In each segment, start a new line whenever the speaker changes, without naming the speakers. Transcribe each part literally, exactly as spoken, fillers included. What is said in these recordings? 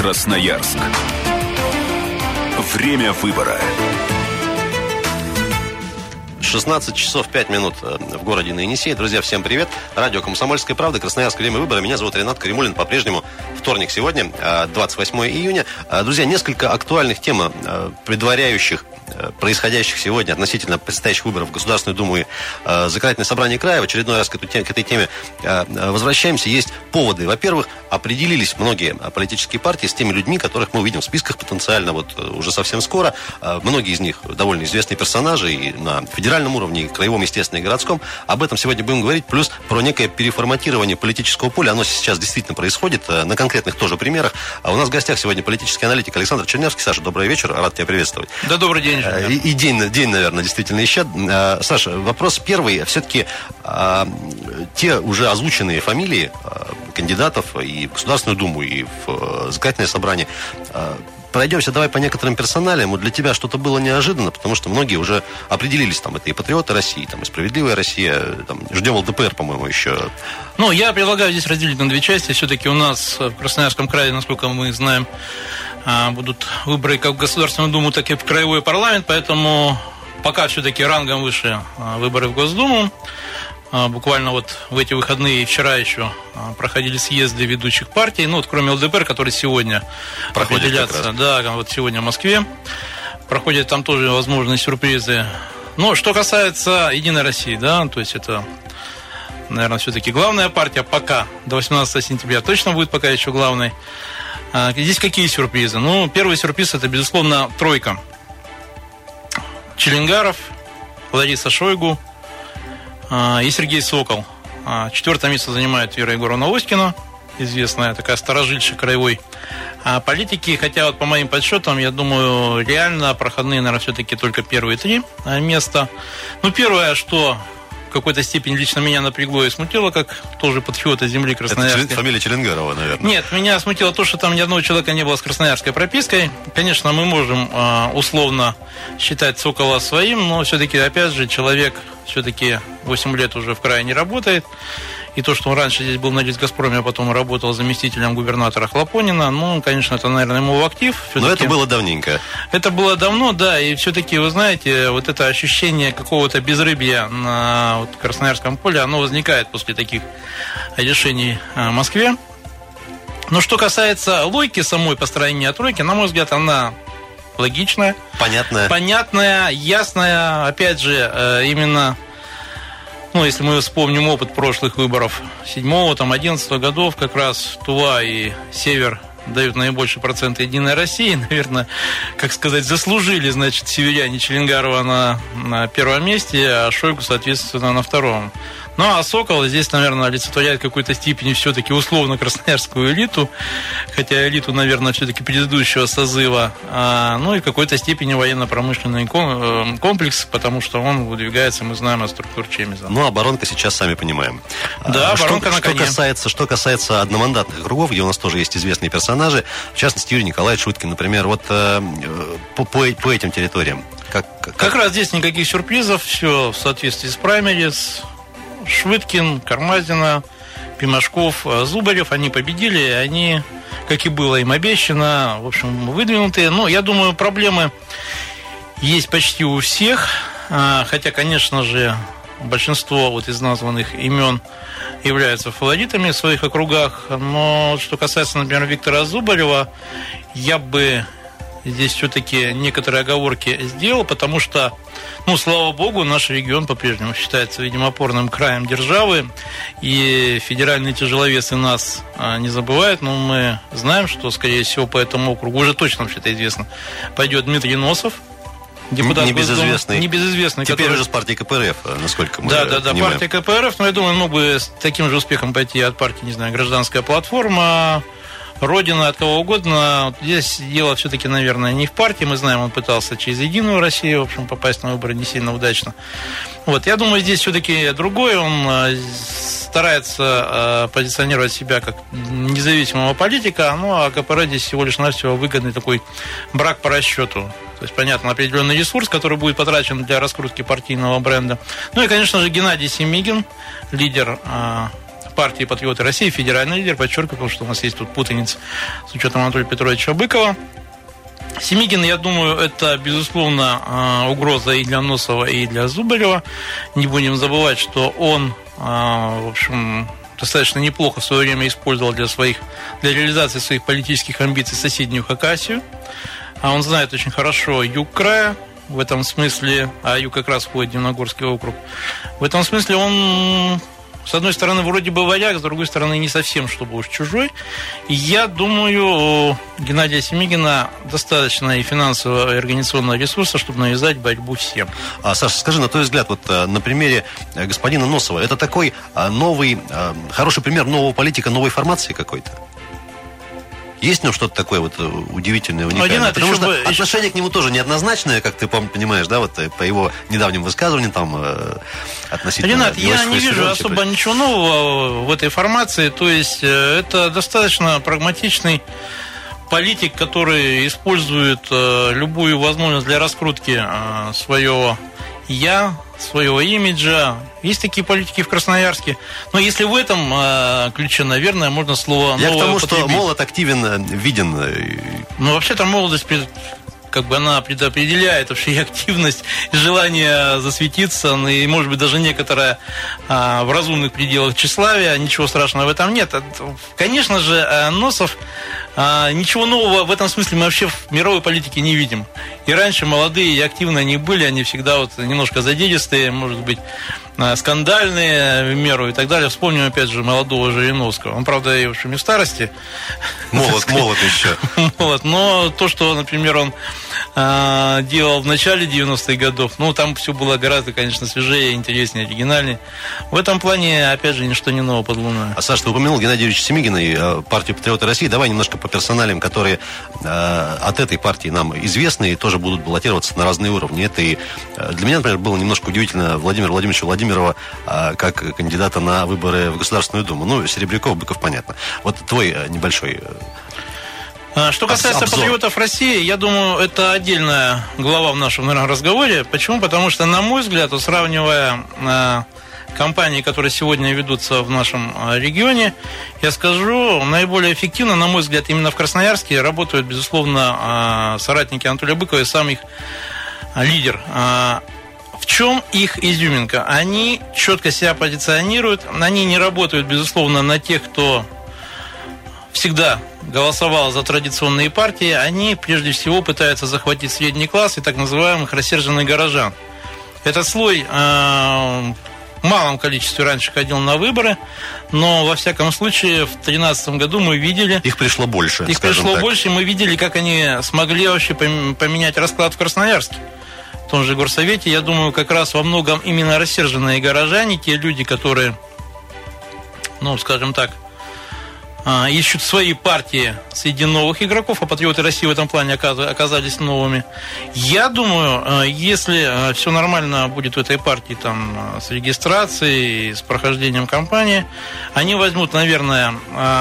Красноярск. Время выбора.
шестнадцать часов пять минут в городе на Енисее. Друзья, всем привет. Радио «Комсомольская правда», Красноярск, время выбора. Меня зовут Ренат Каримулин. По-прежнему вторник сегодня, двадцать восьмое июня. Друзья, несколько актуальных тем, предваряющих происходящих сегодня относительно предстоящих выборов в Государственную Думу и э, Законодательное собрание края. В очередной раз к, эту, к этой теме э, возвращаемся. Есть поводы. Во-первых, определились многие политические партии с теми людьми, которых мы увидим в списках потенциально вот уже совсем скоро. Э, многие из них довольно известные персонажи и на федеральном уровне, и краевом, естественно, и городском. Об этом сегодня будем говорить. Плюс про некое переформатирование политического поля. Оно сейчас действительно происходит. Э, на конкретных тоже примерах. А у нас в гостях сегодня политический аналитик Александр Чернявский. Саша, добрый вечер. Рад тебя приветствовать.
Да, добрый день.
И, и день, день, наверное, действительно еще. Саша, вопрос первый. Все-таки а, те уже озвученные фамилии а, кандидатов и в Государственную Думу, и в а, Законодательное собрание. А, пройдемся давай по некоторым персоналиям. Вот для тебя что-то было неожиданно, потому что многие уже определились. Там, это и «Патриоты России», там, и «Справедливая Россия». Там, ждем ЛДПР, по-моему, еще.
Ну, я предлагаю здесь разделить на две части. Все-таки у нас в Красноярском крае, насколько мы знаем, будут выборы как в Государственную Думу, так и в краевой парламент, поэтому пока все-таки рангом выше выборы в Госдуму. Буквально вот в эти выходные и вчера еще проходили съезды ведущих партий, ну вот кроме ЛДПР, который сегодня
проходит
определятся, да, вот сегодня в Москве, проходят там тоже возможные сюрпризы. Но что касается Единой России, да, то есть это, наверное, все-таки главная партия пока, до восемнадцатого сентября точно будет пока еще главной. Здесь какие сюрпризы? Ну, первый сюрприз – это, безусловно, тройка. Челенгаров, Лариса Шойгу и Сергей Сокол. Четвертое место занимает Вера Егоровна Оськина, известная такая старожильщик краевой политики. Хотя вот по моим подсчетам, я думаю, реально проходные, наверное, все-таки только первые три места. Ну, первое, что в какой-то степени лично меня напрягло и смутило, как тоже патриота земли Красноярска.
Это фамилия Челенгарова, наверное.
Нет, меня смутило то, что там ни одного человека не было с красноярской пропиской. Конечно, мы можем э, условно считать Сокола своим, но все-таки, опять же, человек все-таки восемь лет уже в крае не работает. И то, что он раньше здесь был на Лисгазпроме, а потом работал заместителем губернатора Хлопонина, ну, конечно, это, наверное, ему в актив.
Но это было давненько.
Это было давно, да, и все-таки, вы знаете, вот это ощущение какого-то безрыбья на вот Красноярском поле, оно возникает после таких решений в Москве. Но что касается логики самой построения тройки, на мой взгляд, она логичная.
Понятная.
Понятная, ясная, опять же, именно... Ну, если мы вспомним опыт прошлых выборов седьмого, там, одиннадцатого годов, как раз Тува и Север дают наибольший процент Единой России. Наверное, как сказать, заслужили, значит, северяне Челенгарова на, на первом месте, а Шойгу, соответственно, на втором. Ну, а Сокол здесь, наверное, олицетворяет в какой-то степени все-таки условно красноярскую элиту, хотя элиту, наверное, все-таки предыдущего созыва, а, ну и в какой-то степени военно-промышленный комплекс, потому что он выдвигается, мы знаем, от структур Чемиза.
Ну, оборонка сейчас, сами понимаем.
Да,
а,
оборонка
что,
на коне.
Что касается, что касается одномандатных округов, где у нас тоже есть известные персонажи, в частности, Юрий Николаевич Шуткин, например, вот э, по, по, по этим территориям. Как, как...
как раз здесь никаких сюрпризов, все в соответствии с праймерис. Швыдкин, Кармазина, Пимашков, Зубарев, они победили, они, как и было им обещано, в общем, выдвинутые. Но я думаю, проблемы есть почти у всех, хотя, конечно же, большинство вот из названных имен являются фаворитами в своих округах. Но что касается, например, Виктора Зубарева, я бы здесь все-таки некоторые оговорки сделал, потому что, ну, слава богу, наш регион по-прежнему считается, видимо, опорным краем державы, и федеральные тяжеловесы нас а, не забывают, но мы знаем, что, скорее всего, по этому округу уже точно вообще-то известно, пойдет Дмитрий Носов, депутат
небезызвестный.
Небезызвестный.
Теперь
который...
уже с партией КПРФ, насколько мы
да, да, да,
понимаем.
партия КПРФ, но я думаю, мог бы с таким же успехом пойти от партии, не знаю, Гражданская платформа, Родина, от кого угодно. Здесь дело все-таки, наверное, не в партии. Мы знаем, он пытался через Единую Россию, в общем, попасть на выборы не сильно удачно. Вот, я думаю, здесь все-таки другой. Он старается позиционировать себя как независимого политика, ну, а КПРФ здесь всего лишь навсего выгодный такой брак по расчету. То есть, понятно, определенный ресурс, который будет потрачен для раскрутки партийного бренда. Ну и, конечно же, Геннадий Семигин, лидер партии «Патриоты России», федеральный лидер, подчеркиваю, потому что у нас есть тут путаница с учетом Анатолия Петровича Быкова. Семигин, я думаю, это, безусловно, угроза и для Носова, и для Зубарева. Не будем забывать, что он, в общем, достаточно неплохо в свое время использовал для, своих, для реализации своих политических амбиций соседнюю Хакасию. А он знает очень хорошо юг края в этом смысле, а юг как раз входит в Дивногорский округ. В этом смысле он... С одной стороны, вроде бы варяг, с другой стороны, не совсем, чтобы уж чужой. И я думаю, у Геннадия Семигина достаточно и финансового, и организационного ресурса, чтобы навязать борьбу всем.
А, Саша, скажи, на твой взгляд, вот на примере господина Носова, это такой новый, хороший пример нового политика, новой формации какой-то? Есть в нем что-то такое вот удивительное, уникальное?
Геннадий,
Потому что
бы...
отношение к нему тоже неоднозначное, как ты понимаешь, да, вот по его недавним высказываниям там относительно...
Ренат, я не вижу особо ничего нового в этой формации, то есть это достаточно прагматичный политик, который использует любую возможность для раскрутки своего «я», своего имиджа. Есть такие политики в Красноярске. Но если в этом э, ключе, наверное, можно слово
«новое»
употребить. Я к тому,
что молод активен, виден.
Ну, вообще-то молодость, как бы она предопределяет вообще и активность, и желание засветиться, и, может быть, даже некоторое э, в разумных пределах тщеславия. Ничего страшного в этом нет. Конечно же, э, Носов, э, ничего нового в этом смысле мы вообще в мировой политике не видим. И раньше молодые и активные они были, они всегда вот немножко задиристые, может быть, скандальные в меру и так далее. Вспомним, опять же, молодого Жириновского. Он, правда, и, в общем, и в старости.
Молод, молод еще.
Молод. Но то, что, например, он э, делал в начале девяностых годов, ну, там все было гораздо, конечно, свежее, интереснее, оригинальнее. В этом плане, опять же, ничто не ново под луной.
А, Саша, ты упомянул Геннадия Юрьевича Семигина и партию «Патриоты России». Давай немножко по персоналиям, которые э, от этой партии нам известны и тоже будут баллотироваться на разные уровни. Это и для меня, например, было немножко удивительно Владимира Владимировича Владимирова э, как кандидата на выборы в Государственную Думу. Ну, Серебряков, Быков, понятно. Вот твой э, небольшой... Э,
Что касается обзор. «Патриотов России», я думаю, это отдельная глава в нашем, наверное, разговоре. Почему? Потому что, на мой взгляд, вот, сравнивая э, кампании, которые сегодня ведутся в нашем регионе, я скажу, наиболее эффективно, на мой взгляд, именно в Красноярске работают, безусловно, соратники Анатолия Быкова и сам их лидер. В чем их изюминка? Они четко себя позиционируют, они не работают, безусловно, на тех, кто всегда голосовал за традиционные партии, они прежде всего пытаются захватить средний класс и так называемых рассерженных горожан. Этот слой в малом количестве раньше ходил на выборы, но, во всяком случае, в две тысячи тринадцатом году мы видели...
Их пришло больше,
Их пришло так. больше, и мы видели, как они смогли вообще поменять расклад в Красноярске. В том же горсовете, я думаю, как раз во многом именно рассерженные горожане, те люди, которые, ну, скажем так, ищут свои партии среди новых игроков, а «Патриоты России» в этом плане оказались новыми. Я думаю, если все нормально будет в этой партии там, с регистрацией, с прохождением кампании, они возьмут, наверное,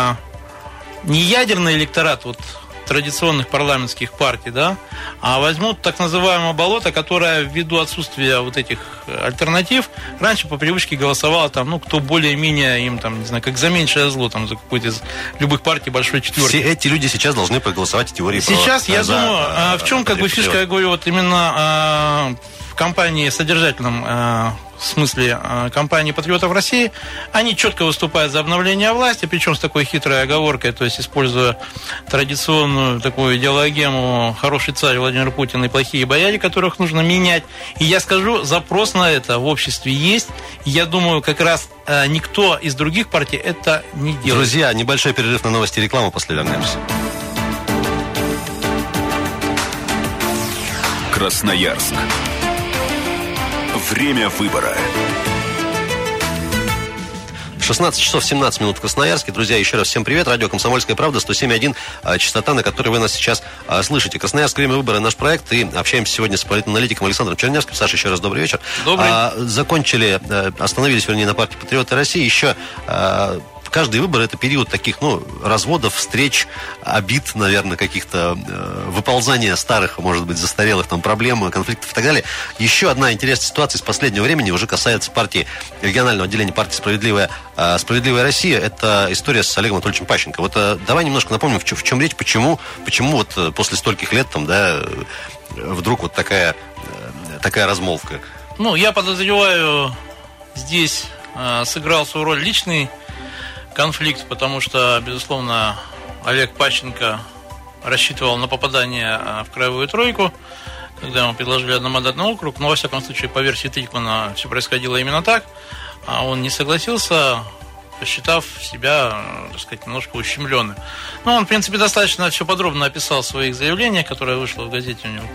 не ядерный электорат вот, традиционных парламентских партий, да, а возьмут так называемое болото, которое ввиду отсутствия вот этих альтернатив раньше по привычке голосовало там, ну, кто более-менее им там, не знаю, как за меньшее зло, там, за какую-то из любых партий большой четверки.
Все эти люди сейчас должны проголосовать в теории.
Сейчас,
про,
я
за,
думаю, а, в чем как бы фишка, я говорю, вот именно а, в кампании содержательном а, в смысле кампании «Патриотов России», они четко выступают за обновление власти, причем с такой хитрой оговоркой, то есть используя традиционную такую идеологему «хороший царь Владимир Путин» и «плохие бояре», которых нужно менять. И я скажу, запрос на это в обществе есть. Я думаю, как раз никто из других партий это не делает.
Друзья, небольшой перерыв на новости и рекламу, после вернемся.
Красноярск. Время выбора.
шестнадцать часов семнадцать минут в Красноярске. Друзья, еще раз всем привет. Радио «Комсомольская правда», сто семь и один, частота, на которой вы нас сейчас а, слышите. Красноярск, время выбора, наш проект. И общаемся сегодня с политическим аналитиком Александром Чернявским. Саша, еще раз добрый вечер.
Добрый.
А, закончили, остановились, вернее, на партии «Патриоты России». Еще... А, каждый выбор это период таких, ну, разводов, встреч, обид, наверное, каких-то э, выползания старых, может быть, застарелых там проблем, конфликтов и так далее. Еще одна интересная ситуация из последнего времени уже касается партии, регионального отделения партии «Справедливая, э, Справедливая Россия». Это история с Олегом Анатольевичем Пащенко. Вот э, давай немножко напомним, в чем, в чем речь, почему, почему вот э, после стольких лет там, да, вдруг вот такая, э, такая размолвка.
Ну, я подозреваю, здесь э, сыграл свою роль личный конфликт, потому что, безусловно, Олег Пащенко рассчитывал на попадание в краевую тройку, когда ему предложили одномандатный округ, но, во всяком случае, по версии Трикмана все происходило именно так, а он не согласился, посчитав себя, так сказать, немножко ущемленным. Ну, он, в принципе, достаточно все подробно описал в своих заявлениях, которые вышло в газете у него.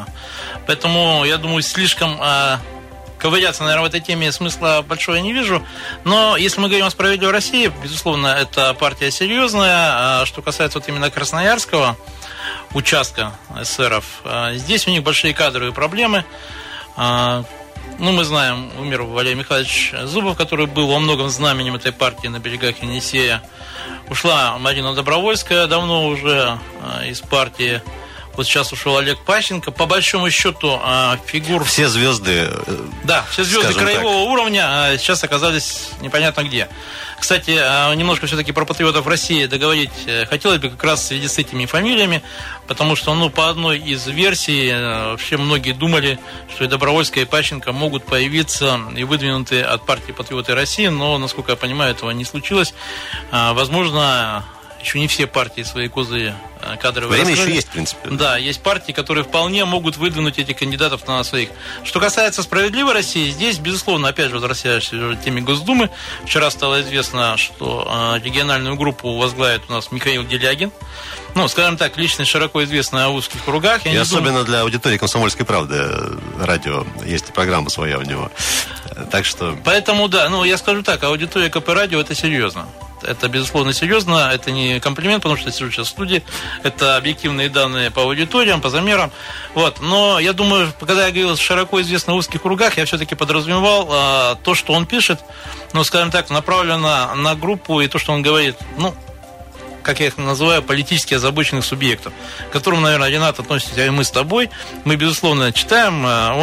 Поэтому, я думаю, слишком ковыряться, наверное, в этой теме смысла большого я не вижу. Но если мы говорим о «Справедливой России», безусловно, это партия серьезная. А что касается вот именно красноярского участка эсеров, здесь у них большие кадровые проблемы. Ну, мы знаем, умер Валерий Михайлович Зубов, который был во многом знаменем этой партии на берегах Енисея. Ушла Марина Добровольская давно уже из партии. Вот сейчас ушел Олег Пащенко. По большому счету фигур...
Все звезды...
Да, все звезды краевого так. уровня сейчас оказались непонятно где. Кстати, немножко все-таки про патриотов России договорить хотелось бы как раз в связи с этими фамилиями, потому что, ну, по одной из версий вообще многие думали, что и Добровольская, и Пащенко могут появиться и выдвинуты от партии «Патриоты России», но, насколько я понимаю, этого не случилось. Возможно, еще не все партии свои козыри кадровые
Время
раскрыли.
еще есть, в принципе.
Да, есть партии, которые вполне могут выдвинуть этих кандидатов на своих. Что касается «Справедливой России», здесь, безусловно, опять же, возвращаясь к теме Госдумы, вчера стало известно, что региональную группу возглавит у нас Михаил Делягин. Ну, скажем так, личность широко известная в узких кругах. Я
И особенно
думаю...
для аудитории «Комсомольской правды» радио, есть программа своя у него. Так что...
Поэтому, да, ну, я скажу так, аудитория ка пэ радио — это серьезно. Это, безусловно, серьезно, это не комплимент, потому что я сижу сейчас в студии, это объективные данные по аудиториям, по замерам. Вот. Но я думаю, когда я говорил широко известно в узких кругах, я все-таки подразумевал а, то, что он пишет, ну, скажем так, направлено на группу, и то, что он говорит, ну, как я их называю, политически озабоченных субъектов, к которым, наверное, Ренат относится, и мы с тобой. Мы, безусловно, читаем.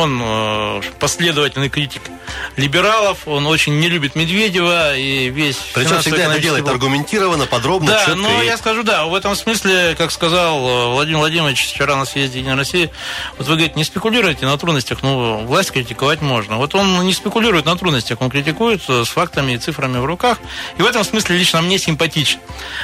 Он последовательный критик либералов, он очень не любит Медведева и весь...
Причем всегда это делает аргументированно, подробно,
да,
четко.
Да, ну,
и...
я скажу, да, в этом смысле, как сказал Владимир Владимирович вчера на съезде Единой России, вот вы говорите, не спекулируйте на трудностях, ну, власть критиковать можно. Вот он не спекулирует на трудностях, он критикует с фактами и цифрами в руках, и в этом смысле лично мне симпатичен.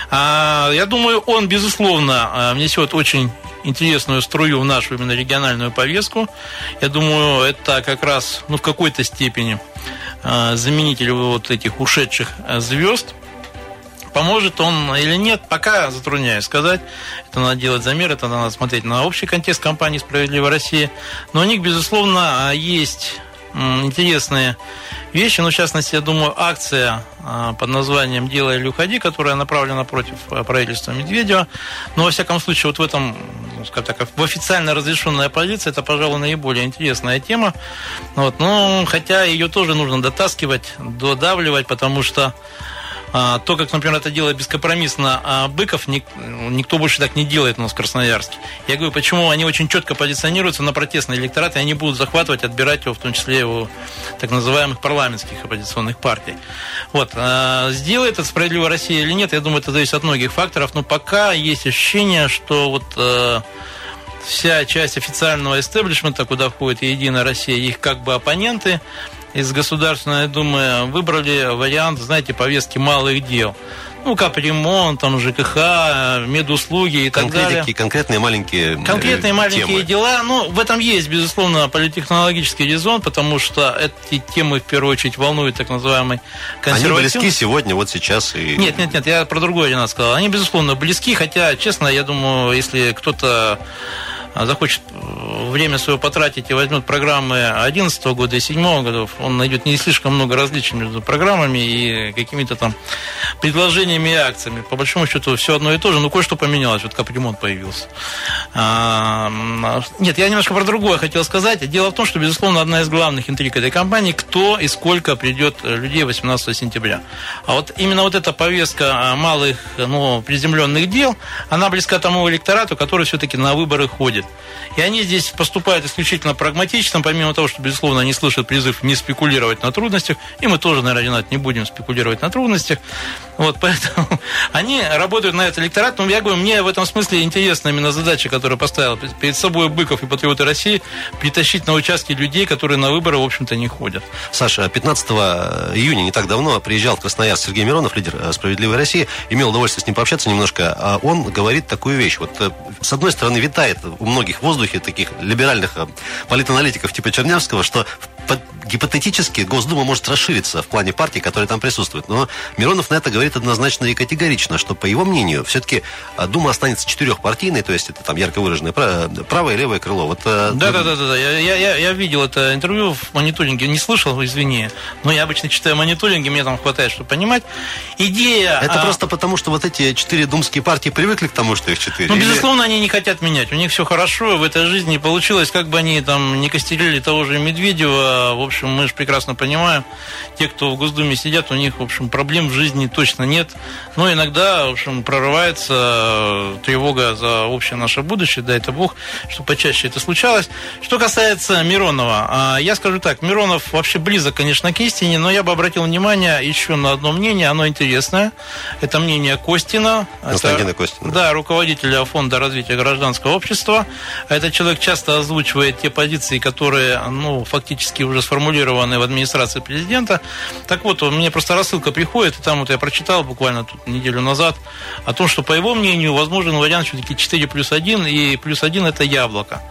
Я думаю, он, безусловно, внесет очень интересную струю в нашу именно региональную повестку. Я думаю, это как раз, ну, в какой-то степени заменитель вот этих ушедших звезд. Поможет он или нет, пока затрудняюсь сказать. Это надо делать замер, это надо смотреть на общий контекст кампании «Справедливая Россия». Но у них, безусловно, есть интересные вещи. Ну, в частности, я думаю, акция под названием «Делай или уходи», которая направлена против правительства Медведева. Но, во всяком случае, вот в этом, скажем так, в официально разрешенной оппозиции это, пожалуй, наиболее интересная тема. Вот. Ну, хотя ее тоже нужно дотаскивать, додавливать, потому что то, как, например, это делает бескомпромиссно Быков, никто больше так не делает у нас в Красноярске. Я говорю, почему они очень четко позиционируются на протестный электорат, и они будут захватывать, отбирать его, в том числе у так называемых парламентских оппозиционных партий. Вот. Сделает это «Справедливая Россия» или нет, я думаю, это зависит от многих факторов, но пока есть ощущение, что вот вся часть официального истеблишмента, куда входит и «Единая Россия», их как бы оппоненты из Государственной Думы выбрали вариант, знаете, повестки малых дел. Ну, капремонт, там, ЖКХ, медуслуги и так далее.
Конкретные маленькие
Конкретные
темы.
маленькие дела. Ну, в этом есть, безусловно, политтехнологический резон, потому что эти темы, в первую очередь, волнуют так называемый консерватизм.
Они близки сегодня, вот сейчас. И...
Нет, нет, нет, я про другое не надо сказал. Они, безусловно, близки, хотя, честно, я думаю, если кто-то захочет время свое потратить и возьмет программы две тысячи одиннадцатого года и две тысячи седьмого годов, он найдет не слишком много различий между программами и какими-то там предложениями и акциями. По большому счету все одно и то же, но кое-что поменялось. Вот капремонт появился. А, нет, я немножко про другое хотел сказать. Дело в том, что, безусловно, одна из главных интриг этой кампании, кто и сколько придет людей восемнадцатого сентября. А вот именно вот эта повестка малых, ну, приземленных дел, она близка тому электорату, который все-таки на выборы ходит. И они здесь поступают исключительно прагматично, помимо того, что, безусловно, они слышат призыв не спекулировать на трудностях, и мы тоже, наверное, не будем спекулировать на трудностях. Вот, поэтому они работают на этот электорат. Но я говорю, мне в этом смысле интересна именно задача, которую поставил перед собой Быков и Патриоты России, притащить на участки людей, которые на выборы, в общем-то, не ходят.
Саша, пятнадцатого июня, не так давно, приезжал в Красноярск Сергей Миронов, лидер «Справедливой России». Имел удовольствие с ним пообщаться немножко. Он говорит такую вещь. Вот, с одной стороны, витает у многих в воздухе таких либеральных политаналитиков типа Чернявского, что гипотетически Госдума может расшириться в плане партий, которые там присутствуют. Но Миронов на это говорит однозначно и категорично, что, по его мнению, все-таки Дума останется четырехпартийной, то есть это там ярко выраженное правое и левое крыло. Вот, да,
да, да, да, да. Я, я, я видел это интервью в мониторинге, не слышал, извини, но я обычно читаю мониторинги, мне там хватает, чтобы понимать. Идея...
Это
а...
просто потому, что вот эти четыре думские партии привыкли к тому, что их четыре?
Ну,
или...
безусловно, они не хотят менять. У них все хорошо, в этой жизни получилось, как бы они там не костерили того же Медведева. В общем, мы же прекрасно понимаем, те, кто в Госдуме сидят, у них, в общем, проблем в жизни точно нет. Но иногда, в общем, прорывается тревога за общее наше будущее, дай это Бог, что почаще это случалось. Что касается Миронова, я скажу так, Миронов вообще близок, конечно, к истине, но я бы обратил внимание еще на одно мнение, оно интересное. Это мнение Костина.
Константина Костина.
Да, руководителя Фонда развития гражданского общества. Этот человек часто озвучивает те позиции, которые, ну, фактически уже сформулированы в администрации президента. Так вот, мне просто рассылка приходит, и там вот я прочитал буквально тут неделю назад о том, что, по его мнению, возможен вариант все-таки четыре плюс один, и плюс один это яблоко.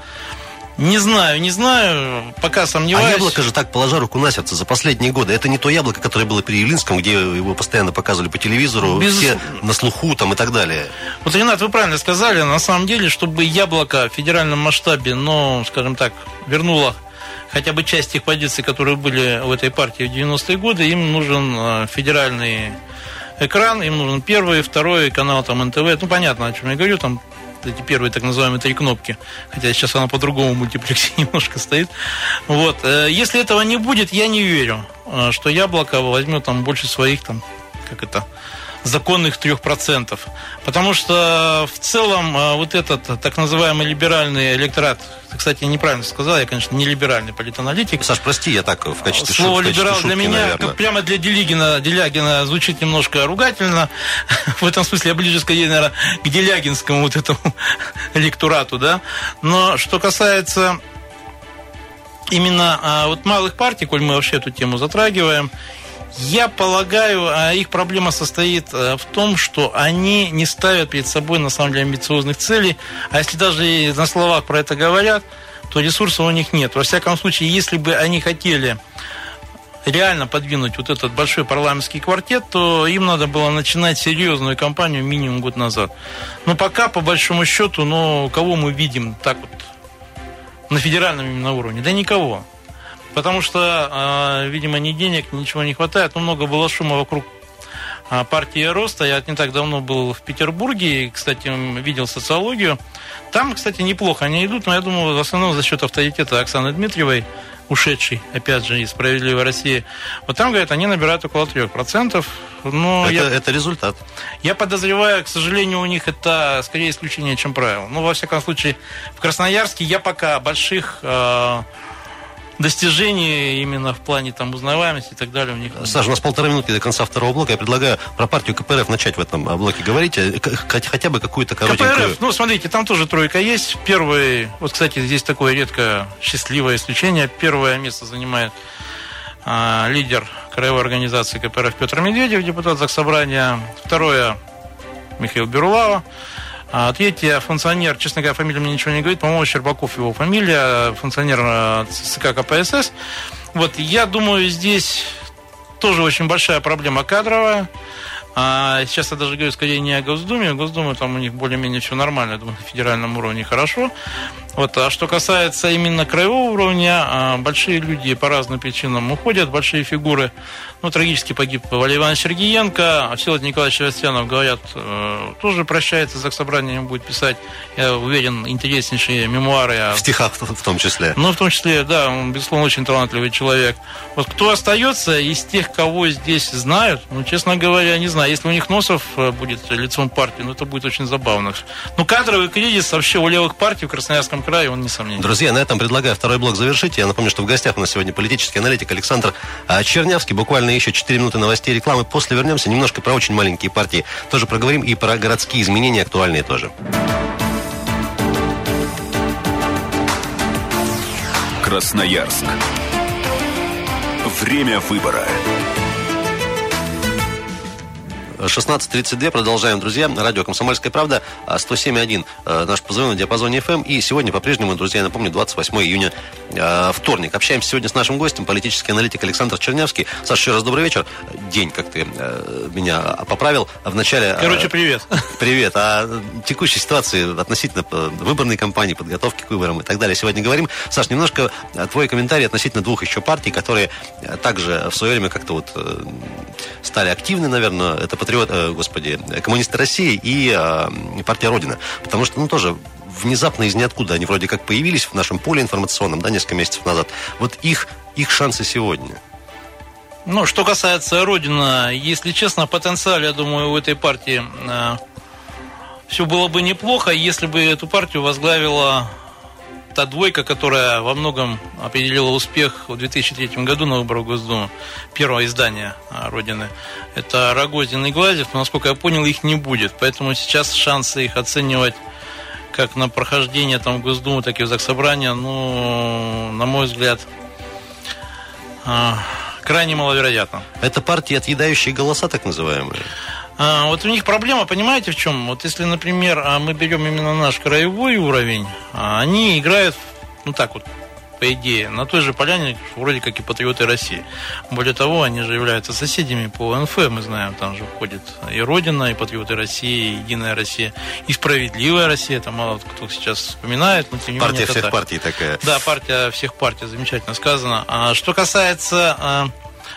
Не знаю, не знаю, пока сомневаюсь.
А яблоко же так, положа руку на сердце, за последние годы. Это не то яблоко, которое было при Явлинском, где его постоянно показывали по телевизору, Без... все на слуху там и так далее.
Вот, Ренат, вы правильно сказали. На самом деле, чтобы яблоко в федеральном масштабе, ну, скажем так, вернуло хотя бы часть тех позиций, которые были в этой партии в девяностые годы, им нужен федеральный экран, им нужен первый, второй канал, там, эн тэ вэ. Ну, понятно, о чем я говорю, там эти первые так называемые три кнопки, хотя сейчас она по-другому в мультиплексии немножко стоит. Вот. Если этого не будет, я не верю, что яблоко возьмет там больше своих, там, как это, законных трех процентов. Потому что в целом вот этот так называемый либеральный электорат, кстати, я неправильно сказал, я, конечно, не либеральный политаналитик.
Саш, прости, я так в качестве шутки.
Слово «либерал» для меня, как прямо для Делягина, Делягина звучит немножко ругательно. В этом смысле я ближе, скорее, наверное, к делягинскому вот этому электорату, да. Но что касается именно вот малых партий, коль мы вообще эту тему затрагиваем, я полагаю, их проблема состоит в том, что они не ставят перед собой, на самом деле, амбициозных целей. А если даже на словах про это говорят, то ресурсов у них нет. Во всяком случае, если бы они хотели реально подвинуть вот этот большой парламентский квартет, то им надо было начинать серьезную кампанию минимум год назад. Но пока, по большому счету, ну, кого мы видим так вот на федеральном именно уровне? Да никого. Потому что, видимо, ни денег, ничего не хватает. Но много было шума вокруг партии Роста. Я не так давно был в Петербурге и, кстати, видел социологию. Там, кстати, неплохо они идут, но я думаю, в основном за счет авторитета Оксаны Дмитриевой, ушедшей, опять же, из «Справедливой России». Вот там, говорят, они набирают около трех процентов. Но
это,
я,
это результат.
Я подозреваю, к сожалению, у них это скорее исключение, чем правило. Ну, во всяком случае, в Красноярске я пока больших... достижений именно в плане там узнаваемости и так далее у них.
Саша, у нас полторы минутки до конца второго блока. Я предлагаю про партию ка пэ эр эф начать в этом блоке говорить. Хотя бы какую-то коротенькую...
ка пэ эр эф, ну, смотрите, там тоже тройка есть. Первый, вот, кстати, здесь такое редко счастливое исключение. Первое место занимает а, лидер краевой организации ка пэ эр эф Петр Медведев, депутат Заксобрания. Второе Михаил Бирулава. А третье, функционер, честно говоря, фамилия мне ничего не говорит, по-моему, Щербаков его фамилия, функционер ЦК ка пэ эс эс. Вот, я думаю, здесь тоже очень большая проблема кадровая. А сейчас я даже говорю скорее не о Госдуме. Госдуме там у них более-менее все нормально, я думаю, на федеральном уровне хорошо. Вот. А что касается именно краевого уровня, большие люди по разным причинам уходят, большие фигуры. Ну, трагически погиб Валерий Иванович Сергиенко, Всеволод Николаевич Севастьянов, говорят, тоже прощается, заксобранием будет писать, я уверен, интереснейшие мемуары.
В стихах в том числе.
Ну, в том числе, да, он, безусловно, очень талантливый человек. Вот кто остается из тех, кого здесь знают, ну, честно говоря, не знаю. Если у них Носов будет лицом партии, ну, это будет очень забавно. Ну, кадровый кризис вообще у левых партий в Красноярском крае, он несомненен.
Друзья, на этом предлагаю второй блок завершить. Я напомню, что в гостях у нас сегодня политический аналитик Александр Чернявский. Буквально еще четыре минуты новостей и рекламы. После вернемся. Немножко про очень маленькие партии тоже проговорим. И про городские изменения актуальные тоже.
Красноярск. Время выбора.
шестнадцать тридцать два. Продолжаем, друзья. Радио «Комсомольская правда», сто семь и один наш позывной на диапазоне эф эм. И сегодня по-прежнему, друзья, я напомню, двадцать восьмое июня, вторник. Общаемся сегодня с нашим гостем, политический аналитик Александр Чернявский. Саша, еще раз добрый вечер. День, как ты меня поправил. В начале...
Короче, привет.
Привет. О текущей ситуации относительно выборной кампании, подготовки к выборам и так далее сегодня говорим. Саш, немножко твой комментарий относительно двух еще партий, которые также в свое время как-то вот стали активны, наверное. Это Патриот, господи, Коммунисты России и партия Родина. Потому что, ну, тоже внезапно из ниоткуда они вроде как появились в нашем поле информационном, да, несколько месяцев назад. Вот их, их шансы сегодня.
Ну, что касается Родина, если честно, потенциал, я думаю, у этой партии э, все было бы неплохо, если бы эту партию возглавила та двойка, которая во многом определила успех в две тысячи третьем году на выборах в Госдуму, первое издание Родины. Это Рогозин и Глазьев, но, насколько я понял, их не будет. Поэтому сейчас шансы их оценивать как на прохождение там, в Госдуму, так и в Заксобрание, ну, на мой взгляд, крайне маловероятно.
Это партии, отъедающие голоса, так называемые?
А, вот у них проблема, понимаете, в чем? Вот если, например, мы берем именно наш краевой уровень, они играют, ну так вот, по идее, на той же поляне, вроде как и Патриоты России. Более того, они же являются соседями по эн эф, мы знаем, там же входит и Родина, и Патриоты России, и Единая Россия, и Справедливая Россия, это мало кто сейчас вспоминает, но тем не
партия
менее...
Партия всех
так.
партий такая.
Да, партия всех партий, замечательно сказано. А что касается...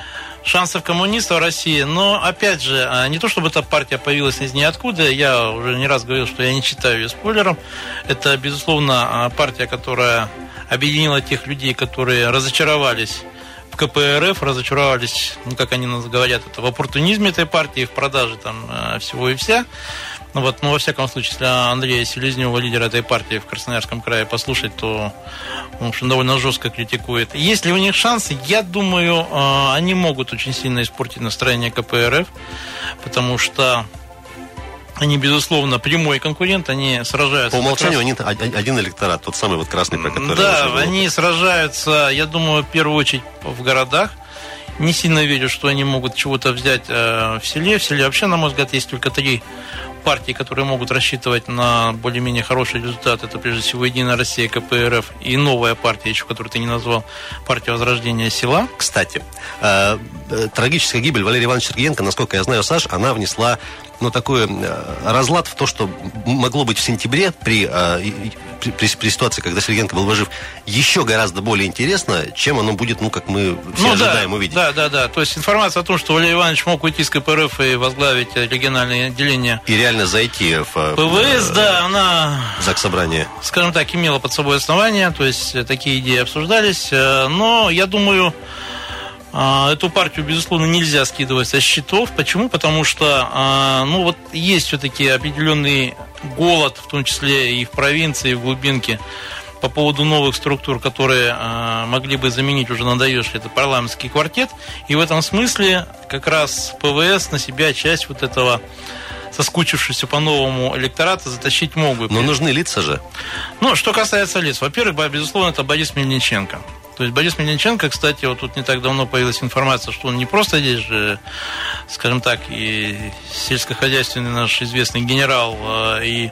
шансов коммунистов России, но, опять же, не то чтобы эта партия появилась из ниоткуда, я уже не раз говорил, что я не читаю ее спойлером, это, безусловно, партия, которая объединила тех людей, которые разочаровались в ка пэ эр эф, разочаровались, ну, как они нас говорят, это в оппортунизме этой партии, в продаже там всего и вся. Ну, вот, ну, во всяком случае, если Андрея Селезнева, лидера этой партии в Красноярском крае, послушать, то он, в общем, довольно жестко критикует. Есть ли у них шансы? Я думаю, они могут очень сильно испортить настроение ка пэ эр эф, потому что они, безусловно, прямой конкурент, они сражаются...
По умолчанию они один электорат, тот самый вот красный, про который...
Да, они сражаются, я думаю, в первую очередь в городах. Не сильно верю, что они могут чего-то взять в селе. В селе вообще, на мой взгляд, есть только три партии, которые могут рассчитывать на более-менее хороший результат. Это, прежде всего, Единая Россия, ка пэ эр эф и новая партия, еще которую ты не назвал, партия Возрождения села.
Кстати, э, трагическая гибель Валерия Ивановича Сергиенко, насколько я знаю, Саш, она внесла, ну, такой э, разлад в то, что могло быть в сентябре при, э, при, при, при ситуации, когда Сергиенко был жив, еще гораздо более интересно, чем оно будет, ну, как мы все ну, ожидаем
да,
увидеть.
Да, да, да. То есть информация о том, что Валерий Иванович мог уйти с ка пэ эр эф и возглавить региональное отделение.
И реально зайти в
пэ вэ эс, да, она,
Заксобрание,
скажем так, имела под собой основания, то есть такие идеи обсуждались, но я думаю, эту партию, безусловно, нельзя скидывать со счетов. Почему? Потому что, ну, вот есть все-таки определенный голод, в том числе и в провинции, и в глубинке, по поводу новых структур, которые э, могли бы заменить уже надоевший это парламентский квартет. И в этом смысле как раз пэ вэ эс на себя часть вот этого соскучившегося по новому электората затащить могут.
Но нужны лица же.
Ну, что касается лиц. Во-первых, безусловно, это Борис Мельниченко. То есть Борис Мельниченко, кстати, вот тут не так давно появилась информация, что он не просто здесь же, скажем так, и сельскохозяйственный наш известный генерал, и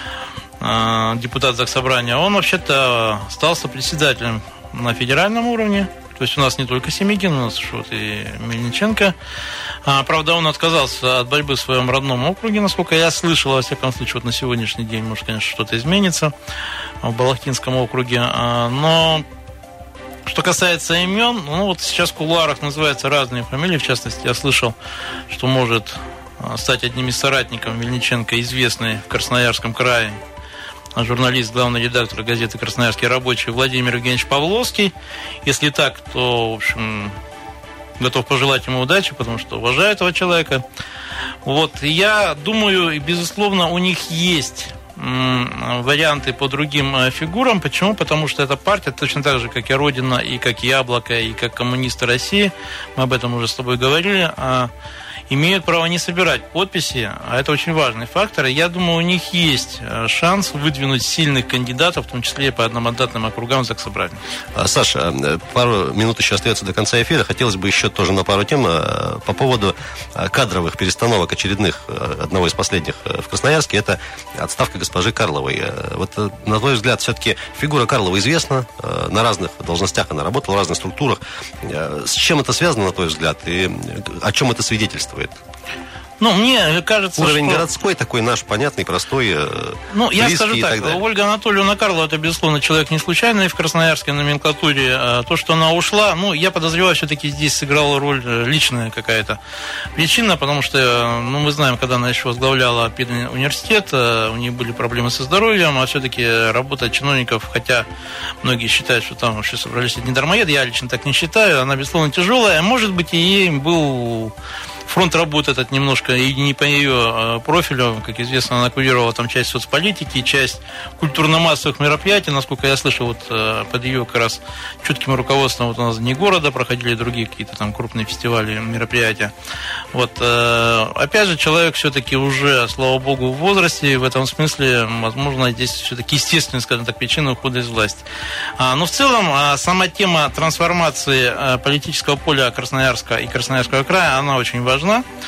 депутат Заксобрания, он вообще-то стал сопредседателем на федеральном уровне. То есть у нас не только Семигин, у нас вот и Мельниченко. А, правда, он отказался от борьбы в своем родном округе, насколько я слышал, во всяком случае, вот на сегодняшний день, может, конечно, что-то изменится в Балахтинском округе, а, но что касается имен, ну вот сейчас в кулуарах называются разные фамилии, в частности, я слышал, что может стать одним из соратников Мельниченко известный в Красноярском крае журналист, главный редактор газеты «Красноярский рабочий» Владимир Евгеньевич Павловский. Если так, то, в общем, готов пожелать ему удачи, потому что уважаю этого человека. Вот, я думаю, безусловно, у них есть варианты по другим фигурам. Почему? Потому что эта партия, точно так же, как и Родина, и как Яблоко, и как Коммунисты России, мы об этом уже с тобой говорили, имеют право не собирать подписи, а это очень важный фактор. И я думаю, у них есть шанс выдвинуть сильных кандидатов, в том числе и по одномандатным округам в Заксобрание.
Саша, пару минут еще остается до конца эфира. Хотелось бы еще тоже на пару тем по поводу кадровых перестановок очередных, одного из последних в Красноярске. Это отставка госпожи Карловой. Вот, на твой взгляд, все-таки фигура Карловой известна. На разных должностях она работала, в разных структурах. С чем это связано, на твой взгляд, и о чем это свидетельствует?
Ну, мне кажется,
уровень
что...
городской такой наш, понятный, простой,
ну, я скажу так,
так
Ольга Анатольевна Карлова, это, безусловно, человек не случайный в красноярской номенклатуре. То, что она ушла, ну, я подозреваю, все-таки здесь сыграла роль личная какая-то причина, потому что, ну, мы знаем, когда она еще возглавляла педуниверситет, у нее были проблемы со здоровьем, а все-таки работа чиновников, хотя многие считают, что там вообще собрались одни дармоеды, я лично так не считаю, она, безусловно, тяжелая, может быть, и ей был... Фронт работы этот немножко и не по ее профилю. Как известно, она курировала там часть соцполитики, часть культурно-массовых мероприятий. Насколько я слышал, вот под ее как раз чутким руководством вот у нас Дни города проходили другие какие-то там крупные фестивали, мероприятия. Вот. Опять же, человек все-таки уже, слава богу, в возрасте. В этом смысле, возможно, здесь все-таки естественная, скажем так, причина ухода из власти. Но в целом, сама тема трансформации политического поля Красноярска и Красноярского края, она очень важна.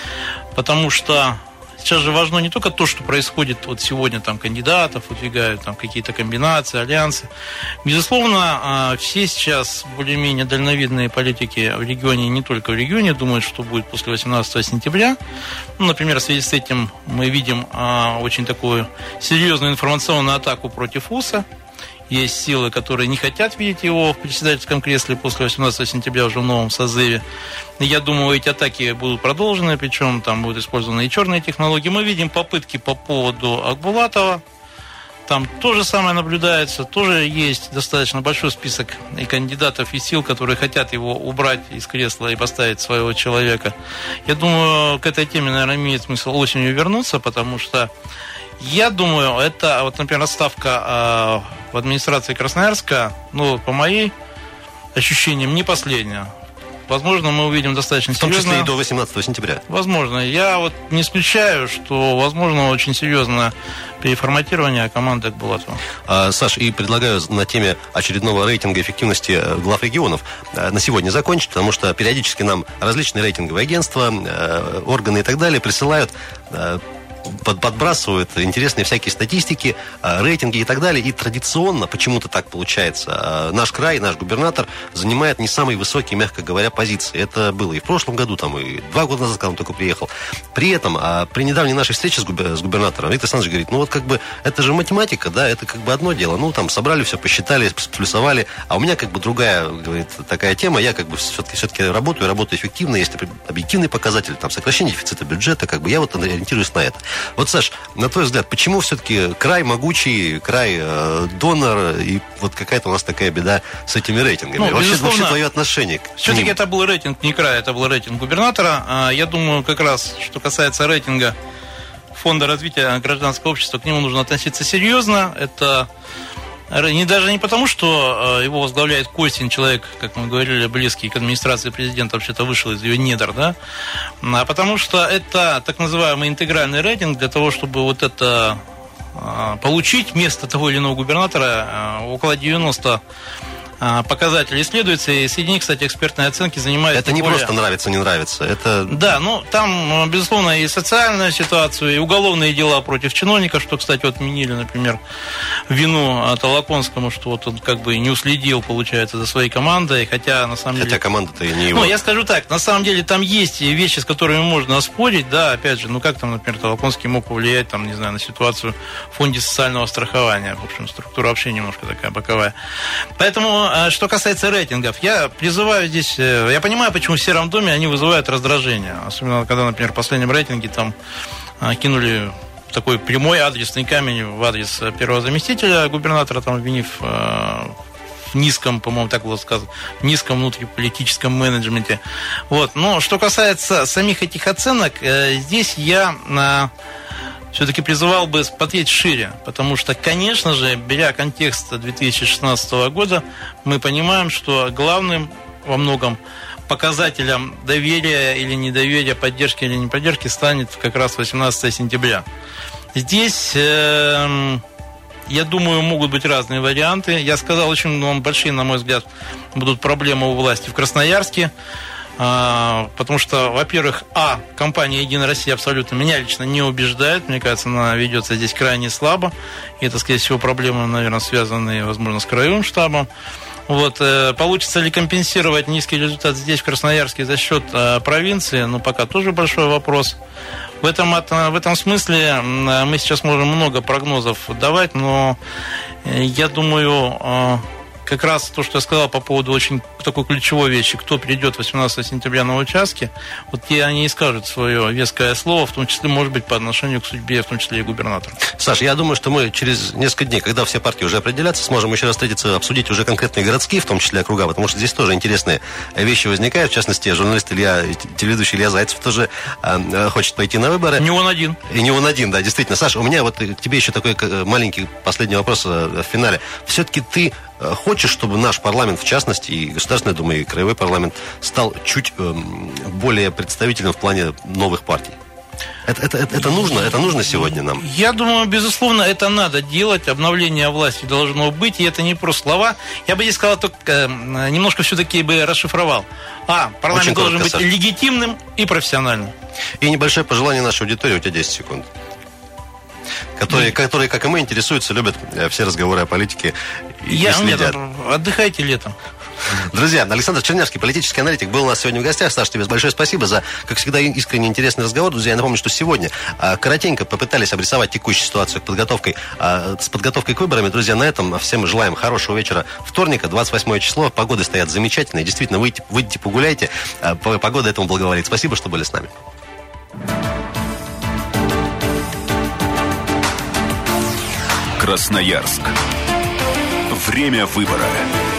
Потому что сейчас же важно не только то, что происходит вот сегодня, там кандидатов выдвигают, там какие-то комбинации, альянсы. Безусловно, все сейчас более-менее дальновидные политики в регионе, не только в регионе, думают, что будет после восемнадцатого сентября. Ну, например, в связи с этим мы видим очень такую серьезную информационную атаку против ВУСа. Есть силы, которые не хотят видеть его в председательском кресле после восемнадцатого сентября уже в новом созыве. Я думаю, эти атаки будут продолжены, причем там будут использованы и черные технологии. Мы видим попытки по поводу Акбулатова. Там то же самое наблюдается, тоже есть достаточно большой список и кандидатов, и сил, которые хотят его убрать из кресла и поставить своего человека. Я думаю, к этой теме, наверное, имеет смысл осенью вернуться, потому что я думаю, это, вот, например, отставка э, в администрации Красноярска, ну, по моим ощущениям, не последняя. Возможно, мы увидим достаточно серьезно.
В том числе и до восемнадцатого сентября.
Возможно. Я вот не исключаю, что, возможно, очень серьезное переформатирование команды Акбулатова.
А, Саш, и предлагаю на теме очередного рейтинга эффективности глав регионов на сегодня закончить, потому что периодически нам различные рейтинговые агентства, органы и так далее присылают... подбрасывают интересные всякие статистики, рейтинги и так далее. И традиционно, почему-то так получается, наш край, наш губернатор занимает не самые высокие, мягко говоря, позиции. Это было и в прошлом году, там, и два года назад, когда он только приехал. При этом, при недавней нашей встрече с губернатором, Виктор Александрович говорит, ну вот как бы, это же математика, да, это как бы одно дело. Ну, там, собрали все, посчитали, сплюсовали. А у меня как бы другая, говорит, такая тема. Я как бы все-таки, все-таки работаю, работаю эффективно. Есть объективные показатели, там, сокращение дефицита бюджета, как бы я вот ориентируюсь на это. Вот, Саш, на твой взгляд, почему все-таки край могучий, край э, донор, и вот какая-то у нас такая беда с этими рейтингами?
Ну,
вообще, вообще твое отношение к
все-таки
ним?
Это был рейтинг не края, это был рейтинг губернатора. Я думаю, как раз, что касается рейтинга Фонда развития гражданского общества, к нему нужно относиться серьезно. Это не, даже не потому, что его возглавляет Костин, человек, как мы говорили, близкий к администрации президента, вообще-то вышел из ее недр, да, а потому что это так называемый интегральный рейтинг для того, чтобы вот это получить место того или иного губернатора, около девяносто показатели исследуются, и среди них, кстати, экспертные оценки занимают...
Это не более... просто нравится, не нравится, это...
Да, ну, там, безусловно, и социальную ситуацию, и уголовные дела против чиновников, что, кстати, вот отменили, например, вину Толоконскому, что вот он как бы не уследил, получается, за своей командой, хотя, на самом
хотя
деле...
Хотя команда-то и не его.
Ну, я скажу так, на самом деле там есть вещи, с которыми можно спорить, да, опять же, ну, как там, например, Толоконский мог повлиять, там, не знаю, на ситуацию в фонде социального страхования, в общем, структура вообще немножко такая боковая. Поэтому, что касается рейтингов, я призываю здесь, я понимаю, почему в Сером доме они вызывают раздражение, особенно когда, например, в последнем рейтинге там кинули такой прямой адресный камень в адрес первого заместителя губернатора, там, обвинив в низком, по-моему, так было сказано, в низком внутриполитическом менеджменте. Вот. Но что касается самих этих оценок, здесь я все-таки призывал бы смотреть шире, потому что, конечно же, беря контекст две тысячи шестнадцатого года, мы понимаем, что главным во многом показателем доверия или недоверия, поддержки или неподдержки станет как раз восемнадцатого сентября. Здесь, э, я думаю, могут быть разные варианты. Я сказал, очень ну, большие, на мой взгляд, будут проблемы у власти в Красноярске. Потому что, во-первых, а, компания «Единая Россия» абсолютно меня лично не убеждает. Мне кажется, она ведется здесь крайне слабо. И это, скорее всего, проблемы, наверное, связанные, возможно, с краевым штабом. Вот, получится ли компенсировать низкий результат здесь, в Красноярске, за счет провинции? Ну, пока тоже большой вопрос. В этом, в этом смысле мы сейчас можем много прогнозов давать, но я думаю... Как раз то, что я сказал по поводу очень такой ключевой вещи, кто придет восемнадцатого сентября на участке, вот те они и скажут свое веское слово, в том числе, может быть, по отношению к судьбе, в том числе и губернатора.
Саша, я думаю, что мы через несколько дней, когда все партии уже определятся, сможем еще раз встретиться, обсудить уже конкретные городские, в том числе округа, потому что здесь тоже интересные вещи возникают. В частности, журналист Илья, телеведущий Илья Зайцев тоже э, хочет пойти на выборы.
Не он один.
И не он один, да, действительно. Саша, у меня вот к тебе еще такой маленький последний вопрос в финале. Все-таки ты хочешь, чтобы наш парламент, в частности, и Государственная Дума, и Краевой парламент, стал чуть э, более представительным в плане новых партий? Это, это, это, это нужно? Это нужно сегодня нам?
Я думаю, безусловно, это надо делать. Обновление власти должно быть. И это не просто слова. Я бы здесь сказал, только э, немножко все-таки бы расшифровал. А, парламент Очень должен коротко, быть Саша. легитимным и профессиональным.
И небольшое пожелание нашей аудитории. У тебя десять секунд. Которые, mm. которые, как и мы, интересуются, любят все разговоры о политике и,
Я,
и следят.
Нет, отдыхайте летом.
Друзья, Александр Чернявский, политический аналитик, был у нас сегодня в гостях. Саш, тебе большое спасибо за, как всегда, искренне интересный разговор. Друзья, я напомню, что сегодня а, коротенько попытались обрисовать текущую ситуацию с подготовкой, а, с подготовкой к выборам. Друзья, на этом всем желаем хорошего вечера вторника, двадцать восьмое число. Погоды стоят замечательные. Действительно, выйдите, выйдите погуляйте. А, погода этому благоволит. Спасибо, что были с нами.
Красноярск. Время выбора.